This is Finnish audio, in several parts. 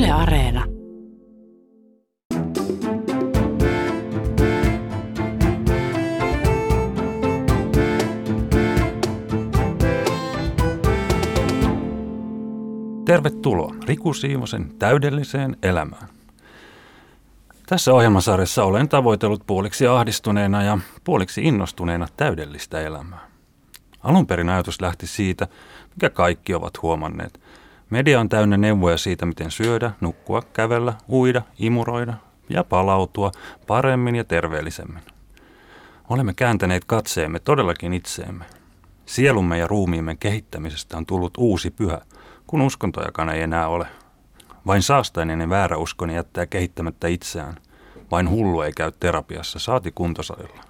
Yle Areena. Tervetuloa Riku Siivosen täydelliseen elämään. Tässä ohjelmasarjassa olen tavoitellut puoliksi ahdistuneena ja puoliksi innostuneena täydellistä elämää. Alun perin ajatus lähti siitä, mikä kaikki ovat huomanneet. Media on täynnä neuvoja siitä, miten syödä, nukkua, kävellä, uida, imuroida ja palautua paremmin ja terveellisemmin. Olemme kääntäneet katseemme todellakin itseemme. Sielumme ja ruumiimme kehittämisestä on tullut uusi pyhä, kun uskontojakaan ei enää ole. Vain saastainen ja väärä uskoni jättää kehittämättä itseään. Vain hullu ei käy terapiassa, saati kuntosalilla.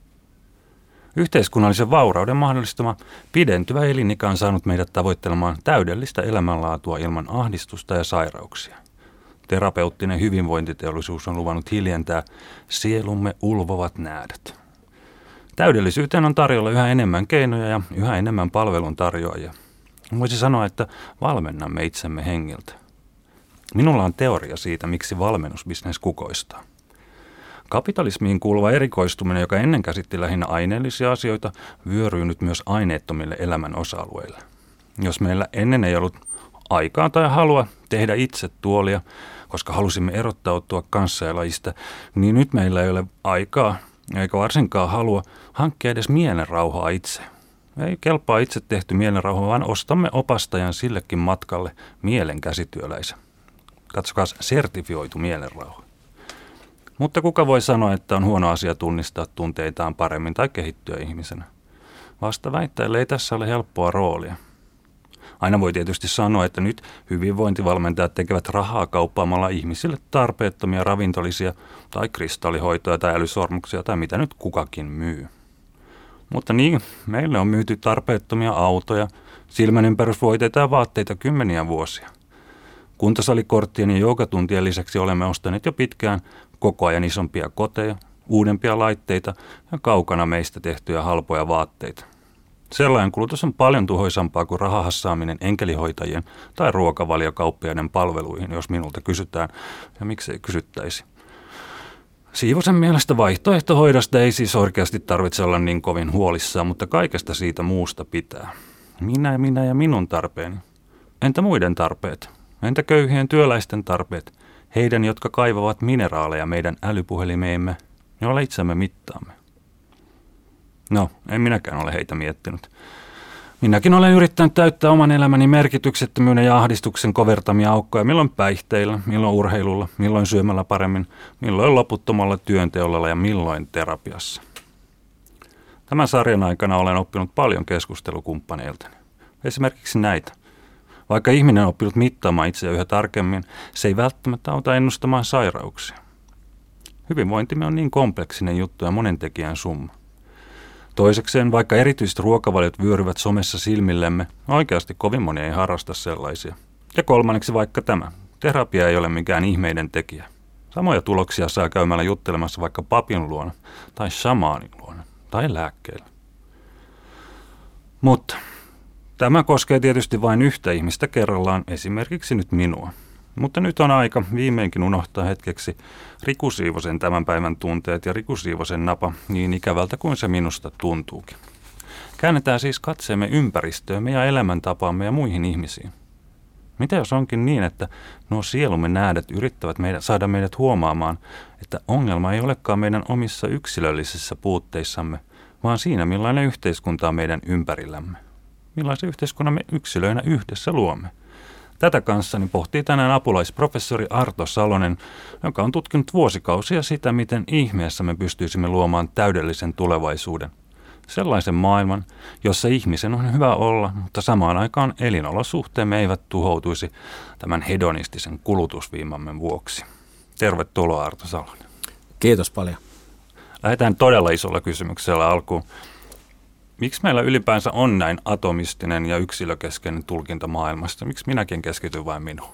Yhteiskunnallisen vaurauden mahdollistama pidentyvä elinikä on saanut meidät tavoittelemaan täydellistä elämänlaatua ilman ahdistusta ja sairauksia. Terapeuttinen hyvinvointiteollisuus on luvannut hiljentää sielumme ulvovat näädät. Täydellisyyteen on tarjolla yhä enemmän keinoja ja yhä enemmän palveluntarjoajia. Voisi sanoa, että valmennamme itsemme hengiltä. Minulla on teoria siitä, miksi valmennusbisnes kukoistaa. Kapitalismiin kuuluva erikoistuminen, joka ennen käsitti lähinnä aineellisia asioita, vyöryy nyt myös aineettomille elämän osa-alueille. Jos meillä ennen ei ollut aikaa tai halua tehdä itse tuolia, koska halusimme erottautua kanssaeläjistä, niin nyt meillä ei ole aikaa eikä varsinkaan halua hankkia edes mielenrauhaa itse. Ei kelpaa itse tehty mielenrauha, vaan ostamme opastajan sillekin matkalle mielen käsityöläisen. Katsokaa, sertifioitu mielenrauha. Mutta kuka voi sanoa, että on huono asia tunnistaa tunteitaan paremmin tai kehittyä ihmisenä? Vasta väittäjille ei tässä ole helppoa roolia. Aina voi tietysti sanoa, että nyt hyvinvointivalmentajat tekevät rahaa kauppaamalla ihmisille tarpeettomia ravintolisia tai kristallihoitoja tai älysormuksia tai mitä nyt kukakin myy. Mutta niin, meille on myyty tarpeettomia autoja, silmänympärysvoiteita ja vaatteita kymmeniä vuosia. Kuntosalikorttien ja joogatuntien lisäksi olemme ostaneet jo pitkään koko ajan isompia koteja, uudempia laitteita ja kaukana meistä tehtyjä halpoja vaatteita. Sellainen kulutus on paljon tuhoisampaa kuin rahahassaaminen enkelihoitajien tai ruokavaliokauppiaiden palveluihin, jos minulta kysytään, ja miksei kysyttäisi. Siivosen mielestä vaihtoehtohoidosta ei siis oikeasti tarvitse olla niin kovin huolissaan, mutta kaikesta siitä muusta pitää. Minä ja minun tarpeeni. Entä muiden tarpeet? Entä köyhien työläisten tarpeet? Heidän, jotka kaivavat mineraaleja meidän älypuhelimeemme, joilla itsemme mittaamme. No, en minäkään ole heitä miettinyt. Minäkin olen yrittänyt täyttää oman elämäni merkityksettömyyden ja ahdistuksen kovertamia aukkoja milloin päihteillä, milloin urheilulla, milloin syömällä paremmin, milloin loputtomalla työnteolla ja milloin terapiassa. Tämän sarjan aikana olen oppinut paljon keskustelukumppaneiltani. Esimerkiksi näitä. Vaikka ihminen on oppinut mittaamaan itseään yhä tarkemmin, se ei välttämättä auta ennustamaan sairauksia. Hyvinvointimme on niin kompleksinen juttu ja monen tekijän summa. Toisekseen, vaikka erityiset ruokavaliot vyöryvät somessa silmillemme, oikeasti kovin moni ei harrasta sellaisia. Ja kolmanneksi vaikka tämä. Terapia ei ole mikään ihmeiden tekijä. Samoja tuloksia saa käymällä juttelemassa vaikka papin luona, tai shamaanin luona, tai lääkkeellä. Mutta tämä koskee tietysti vain yhtä ihmistä kerrallaan, esimerkiksi nyt minua. Mutta nyt on aika viimeinkin unohtaa hetkeksi Riku Siivosen tämän päivän tunteet ja Riku Siivosen napa niin ikävältä kuin se minusta tuntuukin. Käännetään siis katseemme ympäristöömme ja elämäntapaamme ja muihin ihmisiin. Mitä jos onkin niin, että nuo sielumme näädät yrittävät saada meidät huomaamaan, että ongelma ei olekaan meidän omissa yksilöllisissä puutteissamme, vaan siinä millainen yhteiskunta on meidän ympärillämme. Millaisen yhteiskunnan me yksilöinä yhdessä luomme. Tätä kanssani pohtii tänään apulaisprofessori Arto Salonen, joka on tutkinut vuosikausia sitä, miten ihmeessä me pystyisimme luomaan täydellisen tulevaisuuden. Sellaisen maailman, jossa ihmisen on hyvä olla, mutta samaan aikaan elinolosuhteemme eivät tuhoutuisi tämän hedonistisen kulutusviimamme vuoksi. Tervetuloa Arto Salonen. Kiitos paljon. Lähdetään todella isolla kysymyksellä alkuun. Miksi meillä ylipäänsä on näin atomistinen ja yksilökeskeinen tulkinta maailmasta? Miksi minäkin keskityn vain minuun?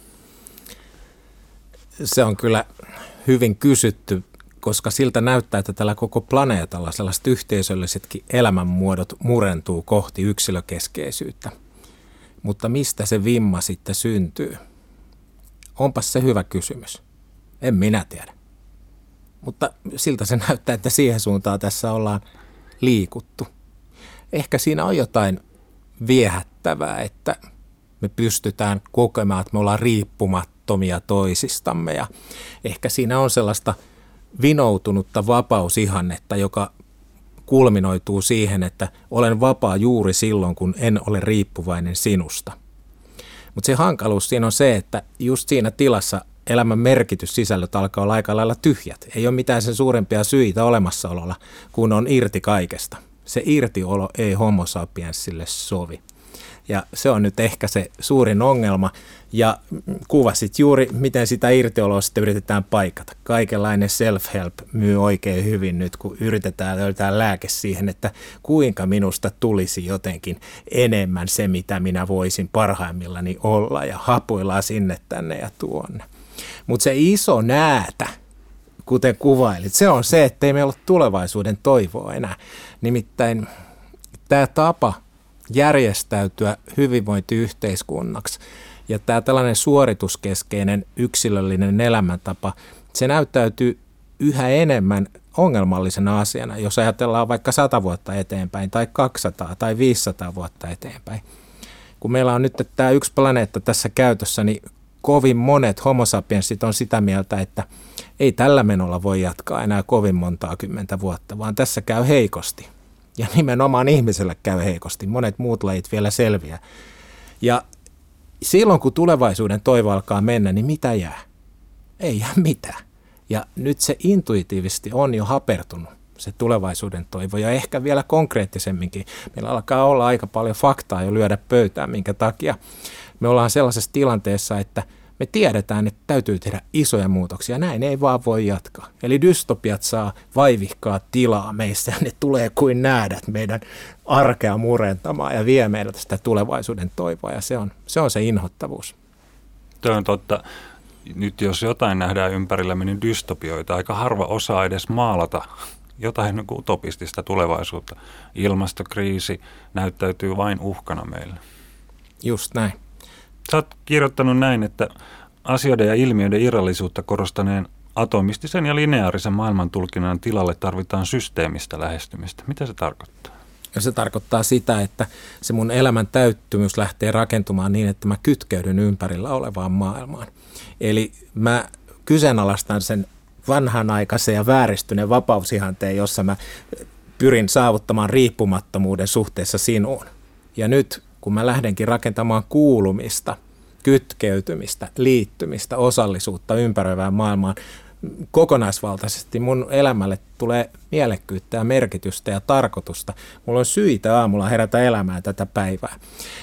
Se on kyllä hyvin kysytty, koska siltä näyttää, että tällä koko planeetalla sellaiset yhteisöllisetkin elämänmuodot murentuu kohti yksilökeskeisyyttä. Mutta mistä se vimma sitten syntyy? Onpas se hyvä kysymys. En minä tiedä. Mutta siltä se näyttää, että siihen suuntaan tässä ollaan liikuttu. Ehkä siinä on jotain viehättävää, että me pystytään kokemaan, että me ollaan riippumattomia toisistamme. Ja ehkä siinä on sellaista vinoutunutta vapausihannetta, joka kulminoituu siihen, että olen vapaa juuri silloin, kun en ole riippuvainen sinusta. Mutta se hankaluus siinä on se, että just siinä tilassa elämän merkityssisällöt alkaa olla aika lailla tyhjät. Ei ole mitään sen suurempia syitä olemassaololla, kun on irti kaikesta. Se irtiolo ei homo sapiensille sovi. Ja se on nyt ehkä se suurin ongelma. Ja kuvasit juuri, miten sitä irtioloa sitten yritetään paikata. Kaikenlainen self-help myy oikein hyvin nyt, kun yritetään löytää lääke siihen, että kuinka minusta tulisi jotenkin enemmän se, mitä minä voisin parhaimmillani olla. Ja hapuillaan sinne, tänne ja tuonne. Mutta se iso näätä, kuten kuvailit, se on se, että ei meillä ole tulevaisuuden toivoa enää. Nimittäin tämä tapa järjestäytyä hyvinvointiyhteiskunnaksi ja tämä tällainen suorituskeskeinen yksilöllinen elämäntapa, se näyttäytyy yhä enemmän ongelmallisena asiana, jos ajatellaan vaikka 100 vuotta eteenpäin tai 200 tai 500 vuotta eteenpäin. Kun meillä on nyt tämä yksi planeetta tässä käytössä, niin kovin monet homo sapiensit on sitä mieltä, että ei tällä menolla voi jatkaa enää kovin montaa kymmentä vuotta, vaan tässä käy heikosti. Ja nimenomaan ihmiselle käy heikosti. Monet muut lajit vielä selviää. Ja silloin, kun tulevaisuuden toivo alkaa mennä, niin mitä jää? Ei jää mitään. Ja nyt se intuitiivisesti on jo hapertunut, se tulevaisuuden toivo. Ja ehkä vielä konkreettisemminkin. Meillä alkaa olla aika paljon faktaa jo lyödä pöytään, minkä takia me ollaan sellaisessa tilanteessa, että me tiedetään, että täytyy tehdä isoja muutoksia. Näin ei vaan voi jatkaa. Eli dystopiat saa vaivihkaa tilaa meissä. Ne tulee kuin näädät meidän arkea murentamaan ja vie meiltä sitä tulevaisuuden toivoa. Ja se on se inhottavuus. Tuo on totta. Nyt jos jotain nähdään ympärillämme, niin dystopioita. Aika harva osaa edes maalata jotain utopistista tulevaisuutta. Ilmastokriisi näyttäytyy vain uhkana meille. Just näin. Sä oot kirjoittanut näin, että asioiden ja ilmiöiden irrallisuutta korostaneen atomistisen ja lineaarisen maailmantulkinnan tilalle tarvitaan systeemistä lähestymistä. Mitä se tarkoittaa? Ja se tarkoittaa sitä, että se mun elämän täyttymys lähtee rakentumaan niin, että mä kytkeydyn ympärillä olevaan maailmaan. Eli mä kyseenalaistan sen vanhanaikaisen ja vääristyneen vapausihanteen, jossa mä pyrin saavuttamaan riippumattomuuden suhteessa sinuun. Ja nyt kun mä lähdenkin rakentamaan kuulumista, kytkeytymistä, liittymistä, osallisuutta ympäröivään maailmaan kokonaisvaltaisesti, mun elämälle tulee mielekkyyttä ja merkitystä ja tarkoitusta. Mulla on syitä aamulla herätä elämään tätä päivää.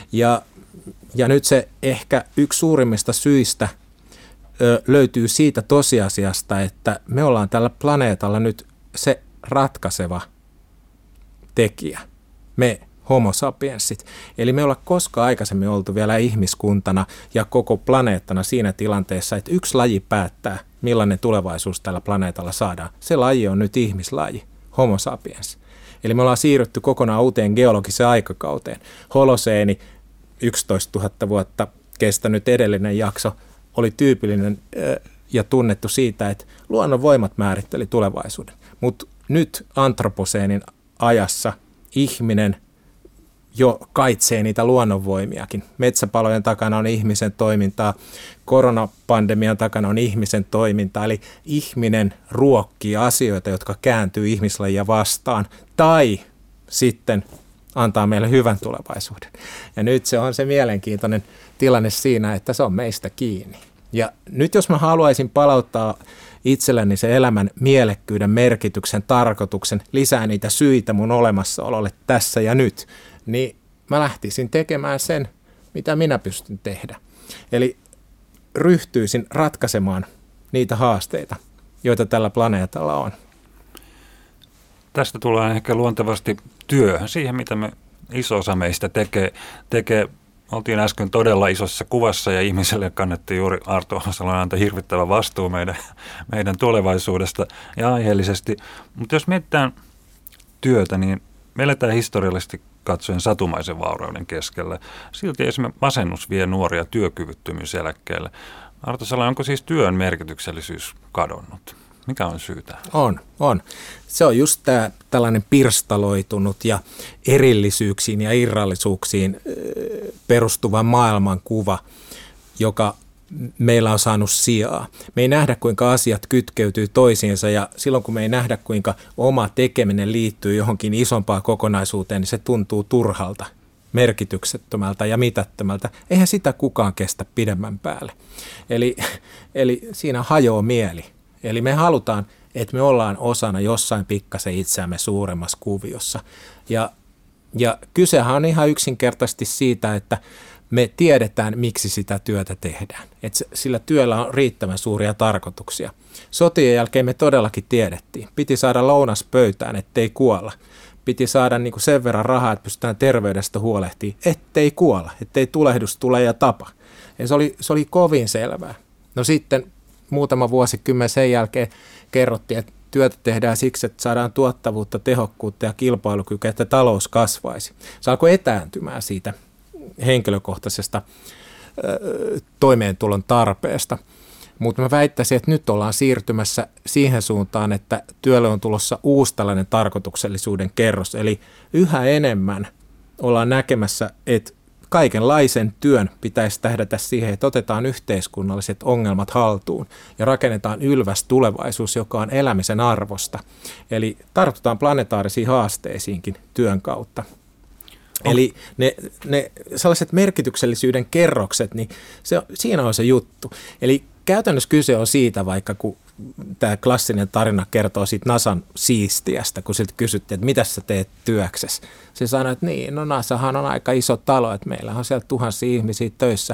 Ja nyt se ehkä yksi suurimmista syistä löytyy siitä tosiasiasta, että me ollaan tällä planeetalla nyt se ratkaiseva tekijä. Me homo sapiensit. Eli me ei olla koskaan aikaisemmin oltu vielä ihmiskuntana ja koko planeettana siinä tilanteessa, että yksi laji päättää, millainen tulevaisuus tällä planeetalla saadaan. Se laji on nyt ihmislaji, homo sapiens. Eli me ollaan siirrytty kokonaan uuteen geologiseen aikakauteen. Holoseeni, 11 000 vuotta kestänyt edellinen jakso, oli tyypillinen ja tunnettu siitä, että luonnon voimat määritteli tulevaisuuden. Mutta nyt antroposeenin ajassa ihminen jo kaitsee niitä luonnonvoimiakin. Metsäpalojen takana on ihmisen toimintaa, koronapandemian takana on ihmisen toimintaa, eli ihminen ruokkii asioita, jotka kääntyy ihmislajia vastaan, tai sitten antaa meille hyvän tulevaisuuden. Ja nyt se on se mielenkiintoinen tilanne siinä, että se on meistä kiinni. Ja nyt jos mä haluaisin palauttaa itselleni se elämän mielekkyyden, merkityksen, tarkoituksen, lisää niitä syitä mun olemassaololle tässä ja nyt, niin mä lähtisin tekemään sen, mitä minä pystyn tehdä. Eli ryhtyisin ratkaisemaan niitä haasteita, joita tällä planeetalla on. Tästä tullaan ehkä luontevasti työhön, siihen mitä me iso osa meistä tekee. Oltiin äsken todella isossa kuvassa ja ihmiselle kannatti juuri Arto Osalon antaa hirvittävä vastuu meidän tulevaisuudesta ja aiheellisesti. Mutta jos mietitään työtä, niin me eletään historiallisesti katsoen satumaisen vaurauden keskellä. Silti esimerkiksi masennus vie nuoria työkyvyttömyyseläkkeelle. Arto Salonen, onko siis työn merkityksellisyys kadonnut? Mikä on syy tähän? On. Se on just tämä tällainen pirstaloitunut ja erillisyyksiin ja irrallisuuksiin perustuva maailmankuva, joka meillä on saanut sijaa. Me ei nähdä, kuinka asiat kytkeytyy toisiinsa, ja silloin kun me ei nähdä, kuinka oma tekeminen liittyy johonkin isompaan kokonaisuuteen, niin se tuntuu turhalta, merkityksettömältä ja mitättömältä. Eihän sitä kukaan kestä pidemmän päälle. Eli siinä hajoaa mieli. Eli me halutaan, että me ollaan osana jossain pikkasen itseämme suuremmassa kuviossa. Ja kysehän on ihan yksinkertaisesti siitä, että me tiedetään, miksi sitä työtä tehdään. Että sillä työllä on riittävän suuria tarkoituksia. Sotien jälkeen me todellakin tiedettiin. Piti saada lounas pöytään, ettei kuolla. Piti saada niin kuin sen verran rahaa, että pystytään terveydestä huolehtimaan, ettei kuolla, ettei tulehdus tule ja tapa. Ja se oli kovin selvää. No sitten muutama vuosikymmen sen jälkeen kerrottiin, että työtä tehdään siksi, että saadaan tuottavuutta, tehokkuutta ja kilpailukykyä, että talous kasvaisi. Se alkoi etääntymään siitä henkilökohtaisesta toimeentulon tarpeesta. Mutta mä väittäisin, että nyt ollaan siirtymässä siihen suuntaan, että työlle on tulossa uusi tällainen tarkoituksellisuuden kerros. Eli yhä enemmän ollaan näkemässä, että kaikenlaisen työn pitäisi tähdätä siihen, että otetaan yhteiskunnalliset ongelmat haltuun ja rakennetaan ylväs tulevaisuus, joka on elämisen arvosta. Eli tartutaan planetaarisiin haasteisiinkin työn kautta. Eli ne sellaiset merkityksellisyyden kerrokset, niin siinä on se juttu. Eli käytännössä kyse on siitä, vaikka kun tämä klassinen tarina kertoo siitä NASAn siistiästä, kun siltä kysyttiin, että mitä sä teet työksessä. Se sanoi, että niin, no NASAhan on aika iso talo, että meillä on siellä tuhansia ihmisiä töissä.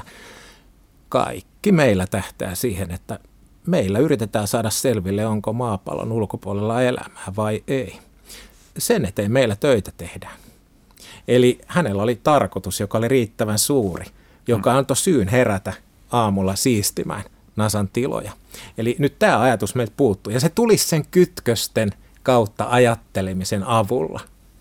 Kaikki meillä tähtää siihen, että meillä yritetään saada selville, onko maapallon ulkopuolella elämää vai ei. Sen eteen meillä töitä tehdään. Eli hänellä oli tarkoitus, joka oli riittävän suuri, joka antoi syyn herätä aamulla siistimään NASAn tiloja. Eli nyt tämä ajatus meiltä puuttuu, ja se tulisi sen kytkösten kautta ajattelemisen avulla.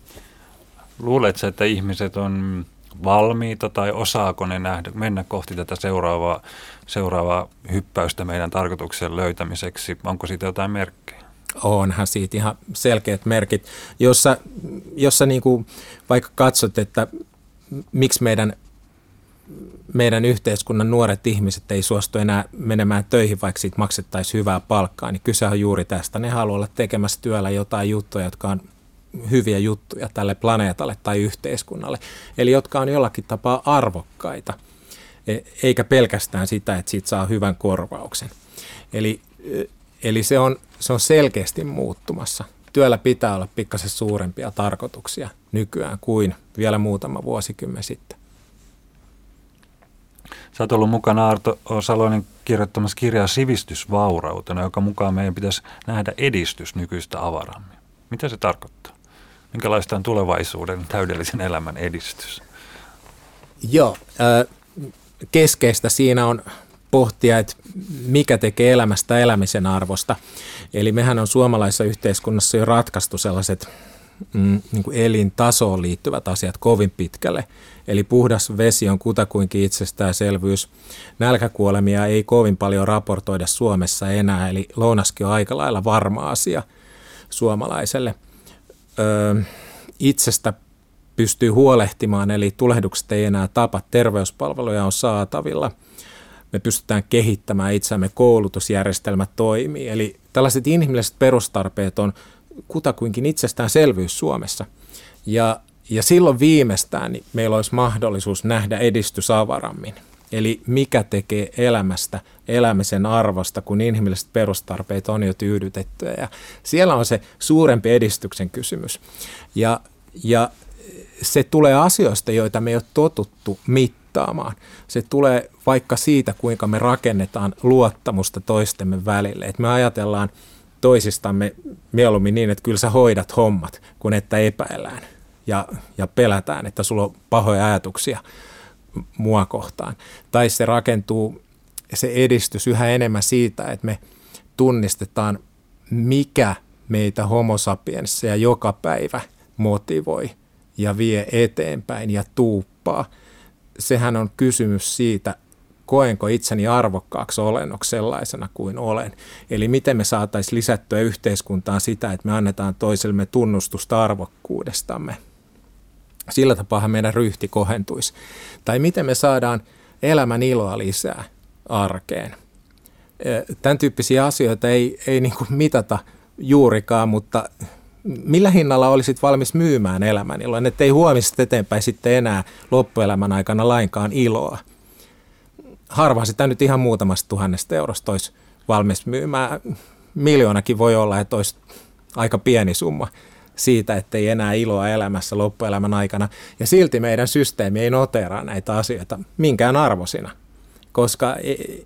Luuletko, että ihmiset on valmiita tai osaako ne mennä kohti tätä seuraavaa hyppäystä meidän tarkoituksen löytämiseksi? Onko siitä jotain merkkejä? Onhan siitä ihan selkeät merkit, jossa niin kuin vaikka katsot, että miksi meidän yhteiskunnan nuoret ihmiset ei suostu enää menemään töihin, vaikka siitä maksettaisiin hyvää palkkaa, niin kyse on juuri tästä. Ne haluaa olla tekemässä työllä jotain juttuja, jotka on hyviä juttuja tälle planeetalle tai yhteiskunnalle, eli jotka on jollakin tapaa arvokkaita, eikä pelkästään sitä, että siitä saa hyvän korvauksen. Eli se on selkeästi muuttumassa. Työllä pitää olla pikkasen suurempia tarkoituksia nykyään kuin vielä muutama vuosikymmen sitten. Sä oot ollut mukana Arto Salonen kirjoittamassa kirjaa Sivistysvaurautena, joka mukaan meidän pitäisi nähdä edistys nykyistä avarammin. Mitä se tarkoittaa? Minkälaista on tulevaisuuden täydellisen elämän edistys? Joo, keskeistä siinä on pohtia, että mikä tekee elämästä elämisen arvosta. Eli mehän on suomalaisessa yhteiskunnassa jo ratkaistu sellaiset niin kuin elintasoon liittyvät asiat kovin pitkälle. Eli puhdas vesi on kutakuinkin itsestäänselvyys. Nälkäkuolemia ei kovin paljon raportoida Suomessa enää, eli lounaskin on aika lailla varma asia suomalaiselle. Itsestä pystyy huolehtimaan, eli tulehdukset ei enää tapa, terveyspalveluja on saatavilla. Me pystytään kehittämään itseämme, koulutusjärjestelmät toimii. Eli tällaiset inhimilliset perustarpeet on kutakuinkin itsestäänselvyys Suomessa. Ja silloin viimeistään niin meillä olisi mahdollisuus nähdä edistys avarammin. Eli mikä tekee elämästä elämisen arvosta, kun inhimilliset perustarpeet on jo tyydytettyjä. Ja siellä on se suurempi edistyksen kysymys. Ja se tulee asioista, joita me ei ole totuttu mittaamaan. Se tulee vaikka siitä, kuinka me rakennetaan luottamusta toistemme välille. Et me ajatellaan toisistamme mieluummin niin, että kyllä sä hoidat hommat, kun että epäillään ja pelätään, että sulla on pahoja ajatuksia mua kohtaan. Tai se rakentuu, se edistys yhä enemmän siitä, että me tunnistetaan, mikä meitä homo sapiensseja joka päivä motivoi ja vie eteenpäin ja tuuppaa. Sehän on kysymys siitä, koenko itseni arvokkaaksi olennoksi sellaisena kuin olen. Eli miten me saataisiin lisättyä yhteiskuntaan sitä, että me annetaan toisellemme tunnustusta arvokkuudestamme. Sillä tapaa meidän ryhti kohentuisi. Tai miten me saadaan elämän iloa lisää arkeen. Tämän tyyppisiä asioita ei niin kuin mitata juurikaan, mutta millä hinnalla olisit valmis myymään elämän iloa, että ei huomisesta eteenpäin sitten enää loppuelämän aikana lainkaan iloa. Harvaan sitä nyt ihan muutamasta 1,000 eurosta olisi valmis myymään. Miljoonakin voi olla, että olisi aika pieni summa siitä, että ei enää iloa elämässä loppuelämän aikana. Ja silti meidän systeemi ei noteraa näitä asioita minkään arvoisina, koska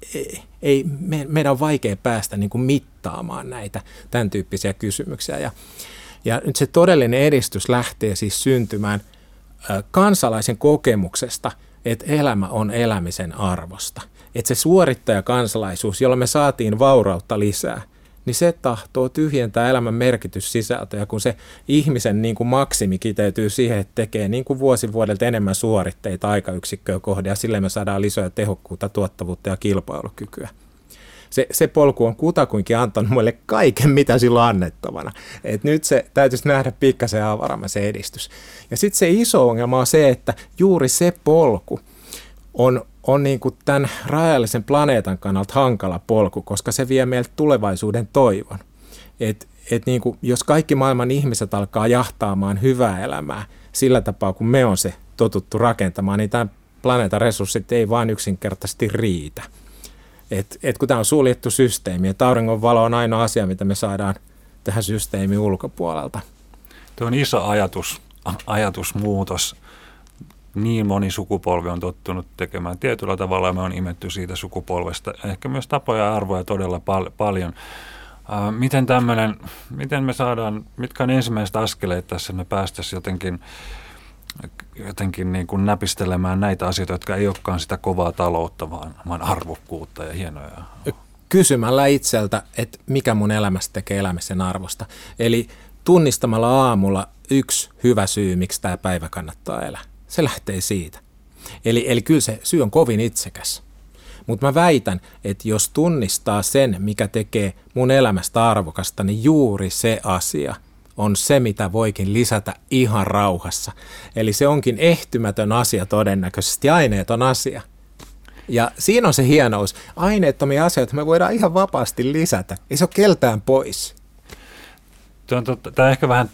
meidän on vaikea päästä niin kuin mittaamaan näitä tämän tyyppisiä kysymyksiä. Ja nyt se todellinen edistys lähtee siis syntymään kansalaisen kokemuksesta, että elämä on elämisen arvosta. Että se suorittaja-kansalaisuus, jolla me saatiin vaurautta lisää, niin se tahtoo tyhjentää elämän merkityssisältöä, kun se ihmisen niin kuin maksimi kiteytyy siihen, että tekee niin kuin vuosi vuodelta enemmän suoritteita aikayksikköä kohden, ja sillä me saadaan lisää tehokkuutta, tuottavuutta ja kilpailukykyä. Se polku on kutakuinkin antanut meille kaiken, mitä sillä on annettavana. Et nyt se täytyisi nähdä pikkasen avaramman se edistys. Ja sitten se iso ongelma on se, että juuri se polku on niin kuin tämän rajallisen planeetan kannalta hankala polku, koska se vie meiltä tulevaisuuden toivon. Et niin kuin, jos kaikki maailman ihmiset alkaa jahtaamaan hyvää elämää sillä tapaa, kun me on se totuttu rakentamaan, niin tämän planeetan resurssit ei vaan yksinkertaisesti riitä. Kun tämä on suljettu systeemi, että auringon valo on ainoa asia, mitä me saadaan tähän systeemiin ulkopuolelta. Tuo on iso ajatusmuutos. Niin moni sukupolvi on tottunut tekemään tietyllä tavalla, ja me on imetty siitä sukupolvesta. Ehkä myös tapoja ja arvoja todella paljon. Miten me saadaan, mitkä on ensimmäiset askeleet tässä, me päästäisiin jotenkin niin kuin näpistelemään näitä asioita, jotka ei olekaan sitä kovaa taloutta, vaan arvokkuutta ja hienoja. Kysymällä itseltä, että mikä mun elämästä tekee elämisen arvosta. Eli tunnistamalla aamulla yksi hyvä syy, miksi tämä päivä kannattaa elää. Se lähtee siitä. Eli kyllä se syy on kovin itsekäs. Mutta mä väitän, että jos tunnistaa sen, mikä tekee mun elämästä arvokasta, niin juuri se asia on se, mitä voikin lisätä ihan rauhassa. Eli se onkin ehtymätön asia todennäköisesti, aineeton asia. Ja siinä on se hienous. Aineettomia asioita me voidaan ihan vapaasti lisätä. Ei se ole keltään pois. Tämä on ehkä vähän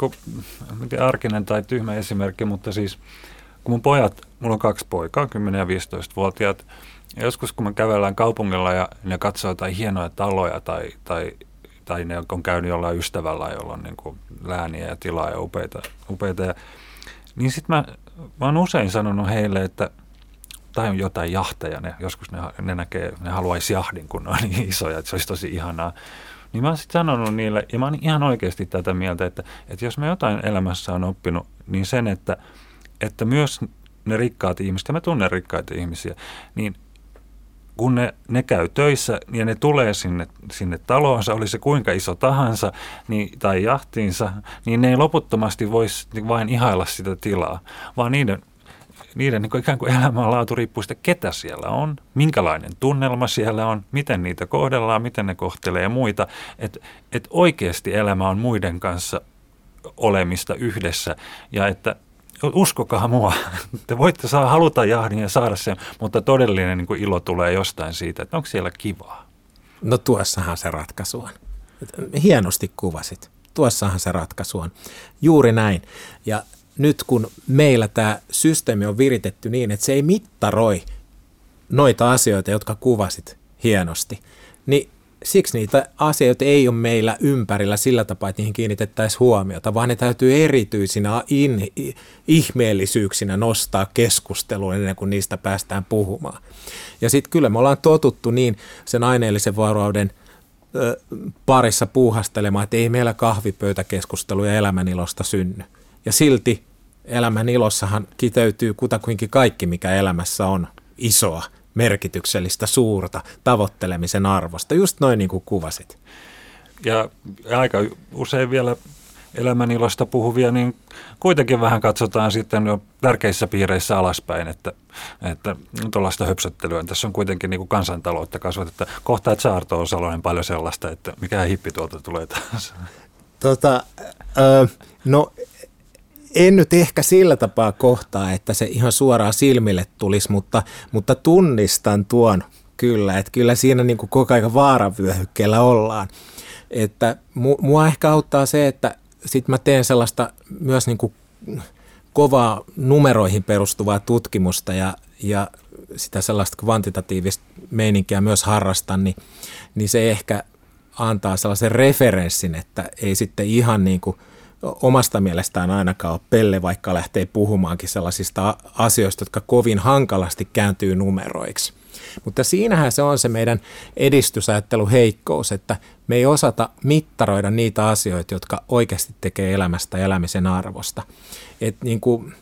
arkinen tai tyhmä esimerkki, mutta siis kun mulla on 2 poikaa, 10- ja 15-vuotiaat, ja joskus kun me kävellään kaupungilla ja ne katsoo jotain hienoja taloja tai ne on käynyt jollain ystävällä, jolla on niin kuin lääniä ja tilaa ja upeita niin sitten mä oon usein sanonut heille, että tai on jotain jahteja, joskus ne haluaisi jahdin, kun ne on niin isoja, että se olisi tosi ihanaa. Niin mä oon sitten sanonut niille, ja mä oon ihan oikeasti tätä mieltä, että jos mä jotain elämässä on oppinut, niin sen, että myös ne rikkaat ihmiset, ja mä tunnen rikkaita ihmisiä, niin kun ne käy töissä ja ne tulee sinne taloonsa, oli se kuinka iso tahansa tai jahtiinsa, niin ne ei loputtomasti voisi vain ihailla sitä tilaa, vaan niiden niin kuin ikään kuin elämänlaatu riippuu sitä, ketä siellä on, minkälainen tunnelma siellä on, miten niitä kohdellaan, miten ne kohtelee muita. Että oikeasti elämä on muiden kanssa olemista yhdessä ja että uskokaa mua, te voitte haluta jahdin ja saada sen, mutta todellinen niin kuin ilo tulee jostain siitä, että onko siellä kivaa. No tuossahan se ratkaisu on. Hienosti kuvasit. Tuossahan se ratkaisu on. Juuri näin. Ja nyt kun meillä tämä systeemi on viritetty niin, että se ei mittaroi noita asioita, jotka kuvasit hienosti, niin siksi niitä asioita ei ole meillä ympärillä sillä tapaa, että niihin kiinnitettäisiin huomiota, vaan ne täytyy erityisinä ihmeellisyyksinä nostaa keskusteluun ennen kuin niistä päästään puhumaan. Ja sitten kyllä me ollaan totuttu niin sen aineellisen vaurauden parissa puuhastelemaan, että ei meillä kahvipöytäkeskusteluja elämänilosta synny. Ja silti elämän ilossahan kiteytyy kutakuinkin kaikki, mikä elämässä on isoa, merkityksellistä, suurta, tavoittelemisen arvosta. Just noin niin kuin kuvasit. Ja aika usein vielä elämänilosta puhuvia, niin kuitenkin vähän katsotaan sitten jo tärkeissä piireissä alaspäin, että tuollaista höpsöttelyä. Tässä on kuitenkin niin kuin kansantaloutta kasvatetta. Kohta, että Saarto on Salonen paljon sellaista, että mikä hippi tuolta tulee taas. No en nyt ehkä sillä tapaa kohtaa, että se ihan suoraan silmille tulisi, mutta tunnistan tuon kyllä, että kyllä siinä niin kuin koko ajan vaaravyöhykkeellä ollaan. Että mua ehkä auttaa se, että sit mä teen sellaista myös niin kuin kovaa numeroihin perustuvaa tutkimusta ja sitä sellaista kvantitatiivista meininkiä myös harrastan, niin se ehkä antaa sellaisen referenssin, että ei sitten ihan niin kuin omasta mielestään ainakaan ole pelle, vaikka lähtee puhumaankin sellaisista asioista, jotka kovin hankalasti kääntyy numeroiksi. Mutta siinähän se on se meidän edistysajattelun heikkous, että me ei osata mittaroida niitä asioita, jotka oikeasti tekee elämästä elämisen arvosta. Että niin kuin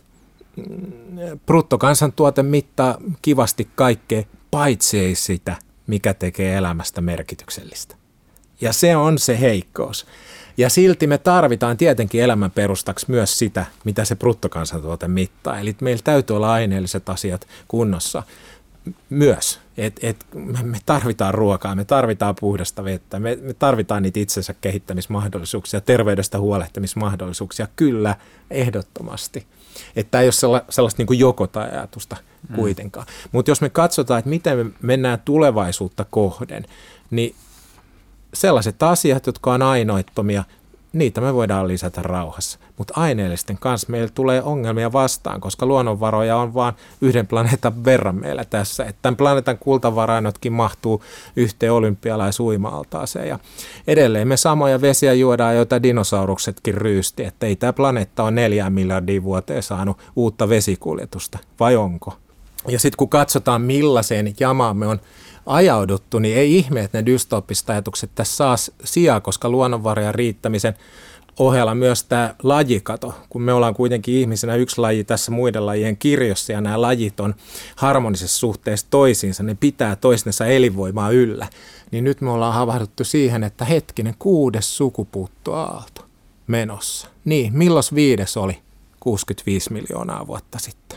bruttokansantuote mittaa kivasti kaikkea, paitsi ei sitä, mikä tekee elämästä merkityksellistä. Ja se on se heikkous. Ja silti me tarvitaan tietenkin elämän perustaksi myös sitä, mitä se bruttokansantuote mittaa. Eli meillä täytyy olla aineelliset asiat kunnossa myös. Me tarvitaan ruokaa, me tarvitaan puhdasta vettä, me tarvitaan niitä itsensä kehittämismahdollisuuksia, terveydestä huolehtimismahdollisuuksia, kyllä, ehdottomasti. Että tämä ei ole sellaista niin kuin joko-tai-ajatusta kuitenkaan. Mutta jos me katsotaan, että miten me mennään tulevaisuutta kohden, niin sellaiset asiat, jotka on ainoittomia, niitä me voidaan lisätä rauhassa. Mutta aineellisten kanssa meillä tulee ongelmia vastaan, koska luonnonvaroja on vain yhden planeetan verran meillä tässä. Että tämän planeetan kultavarainotkin mahtuu yhteen olympialaisuima-altaaseen. Ja edelleen me samoja vesiä juodaan, joita dinosauruksetkin ryysti. Että ei tämä planeetta ole 4 miljardia vuoteen saanut uutta vesikuljetusta, vai onko? Ja sitten kun katsotaan millaiseen jamaan me on ajauduttu, niin ei ihme, että ne dystoppiset ajatukset tässä saa sijaa, koska luonnonvarojen riittämisen ohella myös tämä lajikato, kun me ollaan kuitenkin ihmisenä yksi laji tässä muiden lajien kirjossa ja nämä lajit on harmonisessa suhteessa toisiinsa, ne pitää toistensa elinvoimaa yllä, niin nyt me ollaan havahduttu siihen, että 6. sukupuuttoaalto menossa. Niin, milloin 5. oli? 65 miljoonaa vuotta sitten.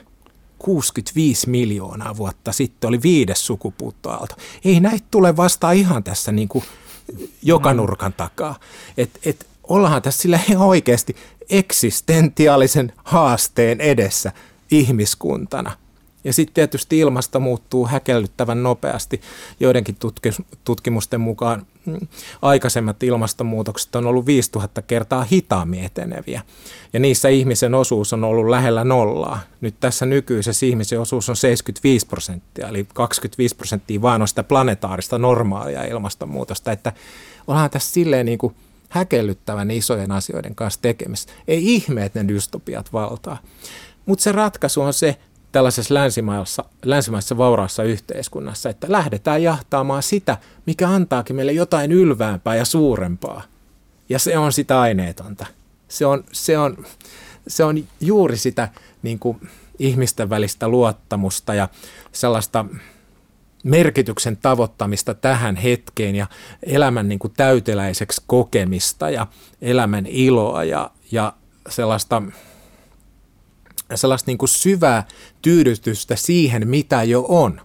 65 miljoonaa vuotta sitten oli 5. sukupuuttoaalto. Ei näitä tule vastaan ihan tässä niin kuin joka nurkan takaa. Et ollaan tässä sillä ihan oikeasti eksistentiaalisen haasteen edessä ihmiskuntana. Ja sitten tietysti ilmasto muuttuu häkellyttävän nopeasti. Joidenkin tutkimusten mukaan aikaisemmat ilmastonmuutokset on ollut 5000 kertaa hitaammin eteneviä. Ja niissä ihmisen osuus on ollut lähellä nollaa. Nyt tässä nykyisessä ihmisen osuus on 75%, eli 25% vaan on sitä planetaarista normaalia ilmastonmuutosta. Että ollaan tässä silleen niin kuin häkellyttävän isojen asioiden kanssa tekemistä. Ei ihme, että ne dystopiat valtaa. Mutta se ratkaisu on se, tällaisessa länsimaisessa vauraassa yhteiskunnassa, että lähdetään jahtaamaan sitä, mikä antaakin meille jotain ylväämpää ja suurempaa. Ja se on sitä aineetonta. Se on juuri sitä niin kuin ihmisten välistä luottamusta ja sellaista merkityksen tavoittamista tähän hetkeen ja elämän niin kuin täyteläiseksi kokemista ja elämän iloa ja sellaista niin kuin syvää tyydytystä siihen, mitä jo on.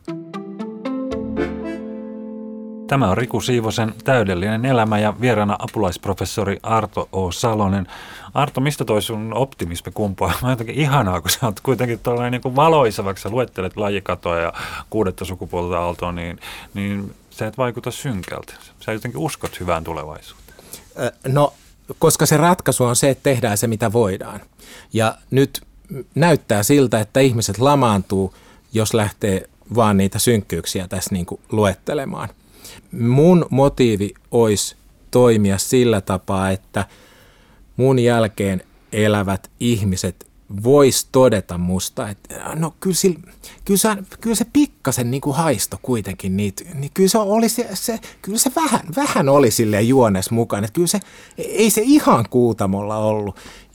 Tämä on Riku Siivosen Täydellinen elämä ja vieraana apulaisprofessori Arto O. Salonen. Arto, mistä toi sun optimismi kumpuaa? Mä jotenkin ihanaa, kun sä oot kuitenkin tuollainen niin kuin valoisa, vaikka sä luettelet lajikatoa ja 6. sukupuolta-aaltoa, niin sä et vaikuta synkältä. Sä jotenkin uskot hyvään tulevaisuuteen. No, koska se ratkaisu on se, että tehdään se, mitä voidaan. Ja nyt näyttää siltä, että ihmiset lamaantuu, jos lähtee vaan niitä synkkyyksiä tässä niin kuin luettelemaan. Mun motiivi olisi toimia sillä tapaa, että mun jälkeen elävät ihmiset vois todeta musta, että no kyllä se pikkasen niin kuin haisto kuitenkin niitä, niin kyllä se vähän oli silleen juones mukaan, että kyllä ei se ihan Kuutamolla ollut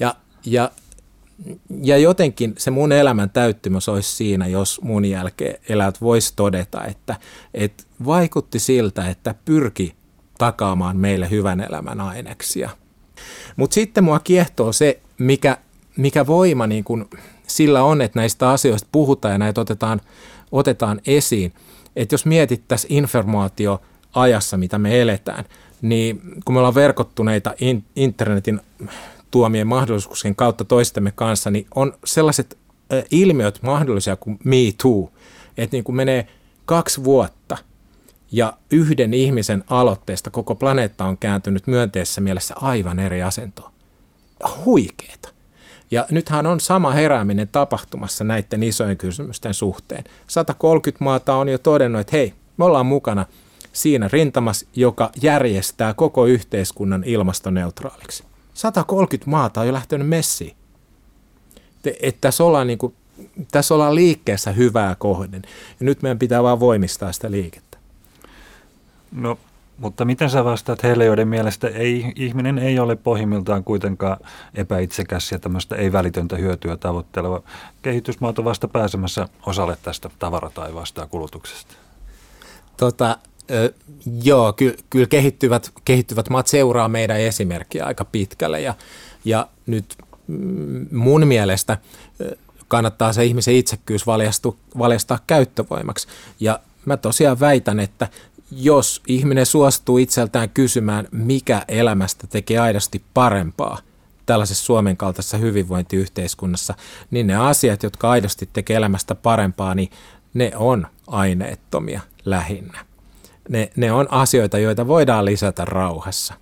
ja jotenkin se mun elämän täyttymys olisi siinä, jos mun jälkeen elät voisi todeta, että vaikutti siltä, että pyrki takaamaan meille hyvän elämän aineksia. Mutta sitten mua kiehtoo se, mikä voima niin kun sillä on, että näistä asioista puhutaan ja näitä otetaan esiin. Että jos mietittäisiin informaatioajassa, mitä me eletään, niin kun me ollaan verkottuneita internetin tuomien mahdollisuuksien kautta toistemme kanssa, niin on sellaiset ilmiöt mahdollisia kuin Me Too, että niin kun menee 2 vuotta ja yhden ihmisen aloitteesta koko planeetta on kääntynyt myönteisessä mielessä aivan eri asentoon. Huikeeta. Ja nythän on sama herääminen tapahtumassa näiden isojen kysymysten suhteen. 130 maata on jo todennut, että hei, me ollaan mukana siinä rintamassa, joka järjestää koko yhteiskunnan ilmastoneutraaliksi. 130 maata on jo lähtenyt messiin. Että tässä ollaan liikkeessä hyvää kohden. Ja nyt meidän pitää vaan voimistaa sitä liikettä. No, mutta miten sä vastaat heille, joiden mielestä ihminen ei ole pohjimmiltaan kuitenkaan epäitsekäs ja tämmöistä ei-välitöntä hyötyä tavoitteleva? Kehitysmaat on vasta pääsemässä osalle tästä tavarataivaasta ja kulutuksesta. Joo, kyllä kehittyvät maat seuraa meidän esimerkkiä aika pitkälle ja nyt mun mielestä kannattaa se ihmisen itsekkyys valjastaa käyttövoimaksi. Ja mä tosiaan väitän, että jos ihminen suostuu itseltään kysymään, mikä elämästä tekee aidosti parempaa tällaisessa Suomen kaltaisessa hyvinvointiyhteiskunnassa, niin ne asiat, jotka aidosti tekee elämästä parempaa, niin ne on aineettomia lähinnä. Ne on asioita, joita voidaan lisätä rauhassa.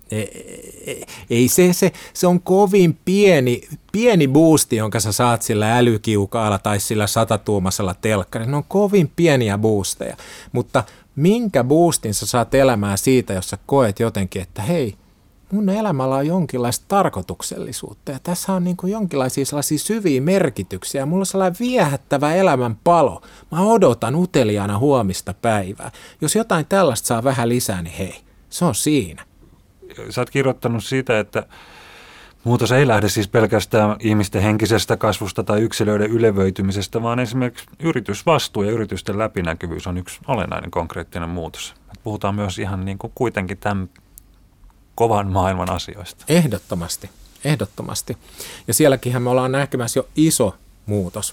Ei se on kovin pieni boosti, jonka sä saat sillä älykiukaalla tai sillä 100-tuumaisella telkkarilla. Ne on kovin pieniä boosteja, mutta minkä boostin sä saat elämään siitä, jos sä koet jotenkin, että hei, mun elämällä on jonkinlaista tarkoituksellisuutta ja tässä on niin kuin jonkinlaisia sellaisia syviä merkityksiä. Mulla on sellainen viehättävä elämän palo. Mä odotan uteliaana huomista päivää. Jos jotain tällaista saa vähän lisää, niin hei, se on siinä. Sä oot kirjoittanut siitä, että muutos ei lähde siis pelkästään ihmisten henkisestä kasvusta tai yksilöiden ylevöitymisestä, vaan esimerkiksi yritysvastuu ja yritysten läpinäkyvyys on yksi olennainen konkreettinen muutos. Puhutaan myös ihan niin kuin kuitenkin tämän kovan maailman asioista. Ehdottomasti. Ja sielläkinhän me ollaan näkemässä jo iso muutos.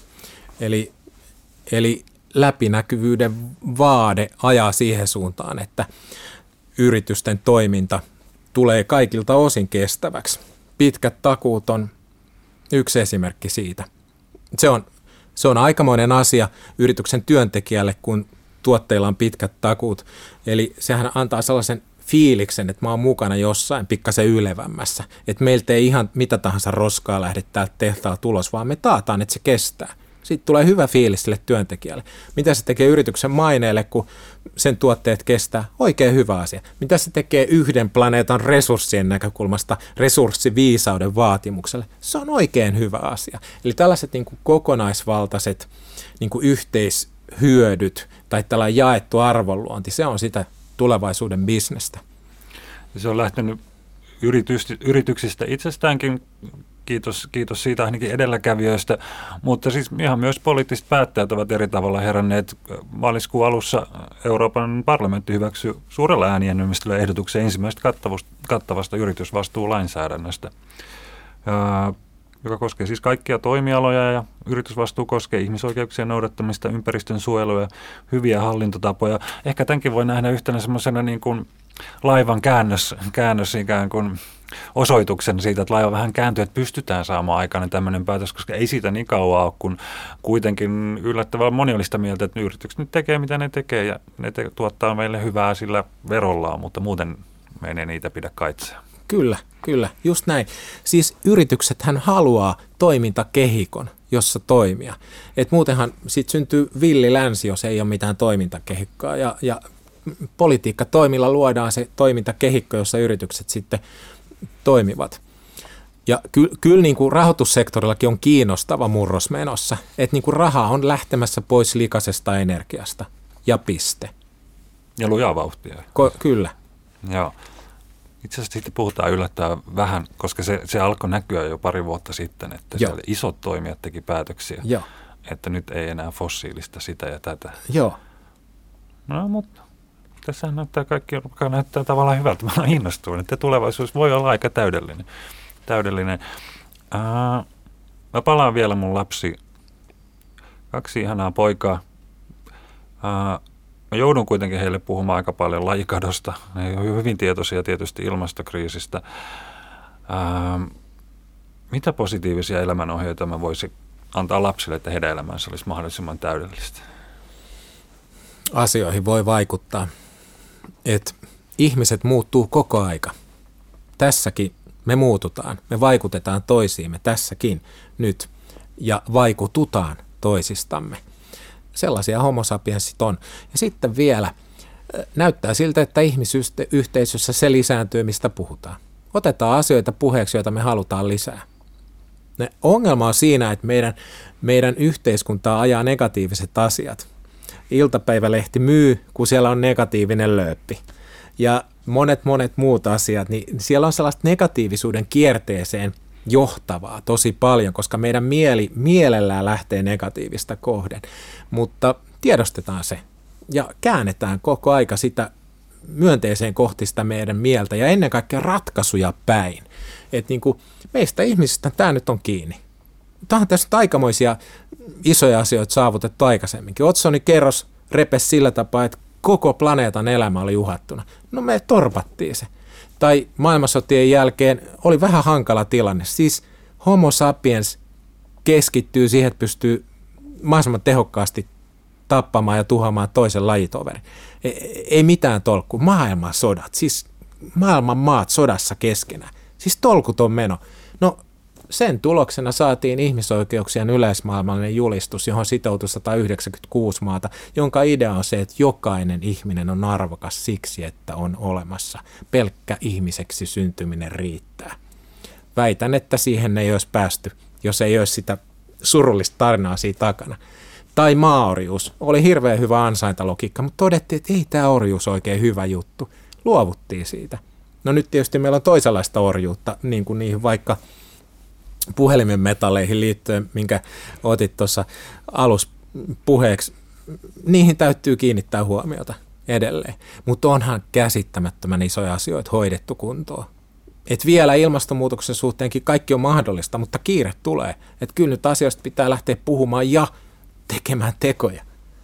Eli läpinäkyvyyden vaade ajaa siihen suuntaan, että yritysten toiminta tulee kaikilta osin kestäväksi. Pitkät takuut on yksi esimerkki siitä. Se on aikamoinen asia yrityksen työntekijälle, kun tuotteilla on pitkät takuut. Eli sehän antaa sellaisen fiiliksen, että mä oon mukana jossain pikkasen ylevämmässä. Että meiltä ei ihan mitä tahansa roskaa lähde täältä tehtaalta ulos, vaan me taataan, että se kestää. Siitä tulee hyvä fiilis sille työntekijälle. Mitä se tekee yrityksen maineelle, kun sen tuotteet kestää? Oikein hyvä asia. Mitä se tekee yhden planeetan resurssien näkökulmasta resurssiviisauden vaatimukselle? Se on oikein hyvä asia. Eli tällaiset niin kuin kokonaisvaltaiset niin kuin yhteishyödyt tai tällainen jaettu arvonluonti, se on sitä tulevaisuuden bisnestä. Se on lähtenyt yrityksistä itsestäänkin. Kiitos siitä ainakin edelläkävijöistä, mutta siis ihan myös poliittiset päättäjät ovat eri tavalla heränneet. Maaliskuun alussa Euroopan parlamentti hyväksyi suurella äänienemmistöllä ehdotuksen ensimmäisestä kattavasta yritysvastuulainsäädännöstä, joka koskee siis kaikkia toimialoja, ja yritysvastuu koskee ihmisoikeuksien noudattamista, ympäristön suojelua ja hyviä hallintotapoja. Ehkä tämänkin voi nähdä yhtenä semmoisena niin kuin laivan käännös ikään kuin osoituksen siitä, että laiva vähän kääntyy, että pystytään saamaan aikainen tämmöinen päätös, koska ei siitä niin kauan ole, kun kuitenkin yllättävän moni oli sitä mieltä, että yritykset nyt tekee mitä ne tekee ja ne tuottaa meille hyvää sillä verollaan, mutta muuten meidän ei niitä pidä kaitsea. Kyllä, just näin. Siis yrityksethän haluaa toimintakehikon, jossa toimia. Et muutenhan sitten syntyy villi länsi, jos ei ole mitään toimintakehikkoa ja politiikkatoimilla luodaan se toimintakehikko, jossa yritykset sitten toimivat. Ja kyllä niin kuin rahoitussektorillakin on kiinnostava murros menossa, että niin kuin raha on lähtemässä pois likaisesta energiasta ja piste. Ja lujaa vauhtia. Kyllä. Joo. Itse asiassa sitten puhutaan yllättävän vähän, koska se alkoi näkyä jo pari vuotta sitten, että siellä isot toimijat teki päätöksiä, että nyt ei enää fossiilista sitä ja tätä. Joo. No, mutta Tässä kaikki näyttää tavallaan hyvältä. Mä olen innostunut, että tulevaisuus voi olla aika täydellinen. Mä palaan vielä mun lapsi. 2 ihanaa poikaa. Mä joudun kuitenkin heille puhumaan aika paljon lajikadosta. Ne on hyvin tietoisia tietysti ilmastokriisistä. Mitä positiivisia elämänohjeita mä voisin antaa lapsille, että heidän elämänsä olisi mahdollisimman täydellistä? Asioihin voi vaikuttaa, että ihmiset muuttuu koko aika. Tässäkin me muututaan, me vaikutetaan toisiimme tässäkin nyt ja vaikututaan toisistamme. Sellaisia homo sapiensit on. Ja sitten vielä näyttää siltä, että ihmisyhteisössä se lisääntyy, mistä puhutaan. Otetaan asioita puheeksi, joita me halutaan lisää. Ongelma on siinä, että meidän yhteiskuntaa ajaa negatiiviset asiat. Iltapäivälehti myy, kun siellä on negatiivinen lööppi. Ja monet muut asiat, niin siellä on sellaista negatiivisuuden kierteeseen johtavaa tosi paljon, koska meidän mielellään lähtee negatiivista kohden. Mutta tiedostetaan se ja käännetään koko aika sitä myönteiseen kohti sitä meidän mieltä ja ennen kaikkea ratkaisuja päin. Että niin kuin meistä ihmisistä tämä nyt on kiinni. Tähän tästä aikamoisia isoja asioita saavutettu aikaisemminkin. Otsonin kerros repesi sillä tapaa, että koko planeetan elämä oli uhattuna. No me torpattiin se. Tai maailmansotien jälkeen oli vähän hankala tilanne. Siis homo sapiens keskittyy siihen, että pystyy mahdollisimman tehokkaasti tappamaan ja tuhoamaan toisen lajitoverin. Ei mitään tolkkua. Maailman sodat, siis maailman maat sodassa keskenään. Siis tolkuton meno. No sen tuloksena saatiin ihmisoikeuksien yleismaailmallinen julistus, johon sitoutui 196 maata, jonka idea on se, että jokainen ihminen on arvokas siksi, että on olemassa. Pelkkä ihmiseksi syntyminen riittää. Väitän, että siihen ei olisi päästy, jos ei olisi sitä surullista tarinaa siitä takana. Tai maaorjuus. Oli hirveän hyvä ansaintalogiikka, mutta todettiin, että ei tämä orjuus oikein hyvä juttu. Luovuttiin siitä. No nyt tietysti meillä on toisenlaista orjuutta, niin kuin niihin vaikka puhelimen metalleihin liittyen, minkä otit tuossa aluspuheeksi. Niihin täytyy kiinnittää huomiota edelleen. Mutta onhan käsittämättömän isoja asioita hoidettu kuntoon. Et vielä ilmastonmuutoksen suhteenkin kaikki on mahdollista, mutta kiire tulee. Että kyllä nyt asioista pitää lähteä puhumaan ja tekemään tekoja.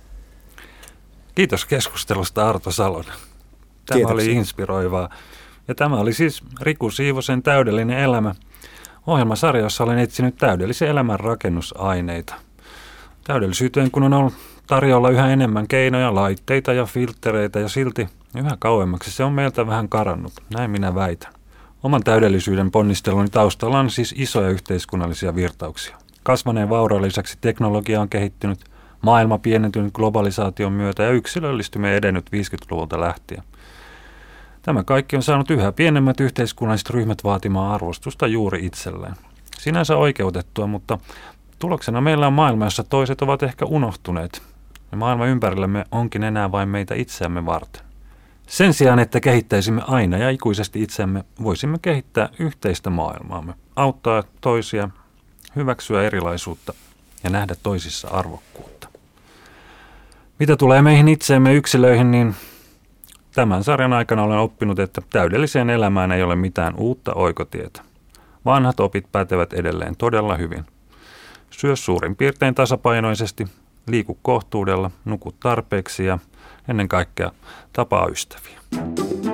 Kiitos keskustelusta, Arto Salonen. Tämä Kiitoksia. oli inspiroivaa. Ja tämä oli siis Riku Siivosen Täydellinen elämä. Ohjelmasarjassa olen etsinyt täydellisen elämän rakennusaineita. Täydellisyyteen kun on ollut tarjolla yhä enemmän keinoja, laitteita ja filttereitä ja silti yhä kauemmaksi se on meiltä vähän karannut. Näin minä väitän. Oman täydellisyyden ponnisteluni taustalla on siis isoja yhteiskunnallisia virtauksia. Kasvaneen vauraan lisäksi teknologia on kehittynyt, maailma pienentynyt globalisaation myötä ja yksilöllistyminen edennyt 50-luvulta lähtien. Tämä kaikki on saanut yhä pienemmät yhteiskunnalliset ryhmät vaatimaan arvostusta juuri itselleen. Sinänsä oikeutettua, mutta tuloksena meillä on maailma, jossa toiset ovat ehkä unohtuneet. Ja maailma ympärillämme onkin enää vain meitä itseämme varten. Sen sijaan, että kehittäisimme aina ja ikuisesti itseämme, voisimme kehittää yhteistä maailmaamme, auttaa toisia, hyväksyä erilaisuutta ja nähdä toisissa arvokkuutta. Mitä tulee meihin itseemme yksilöihin, niin tämän sarjan aikana olen oppinut, että täydelliseen elämään ei ole mitään uutta oikotietä. Vanhat opit pätevät edelleen todella hyvin. Syö suurin piirtein tasapainoisesti, liiku kohtuudella, nuku tarpeeksi ja ennen kaikkea tapaa ystäviä.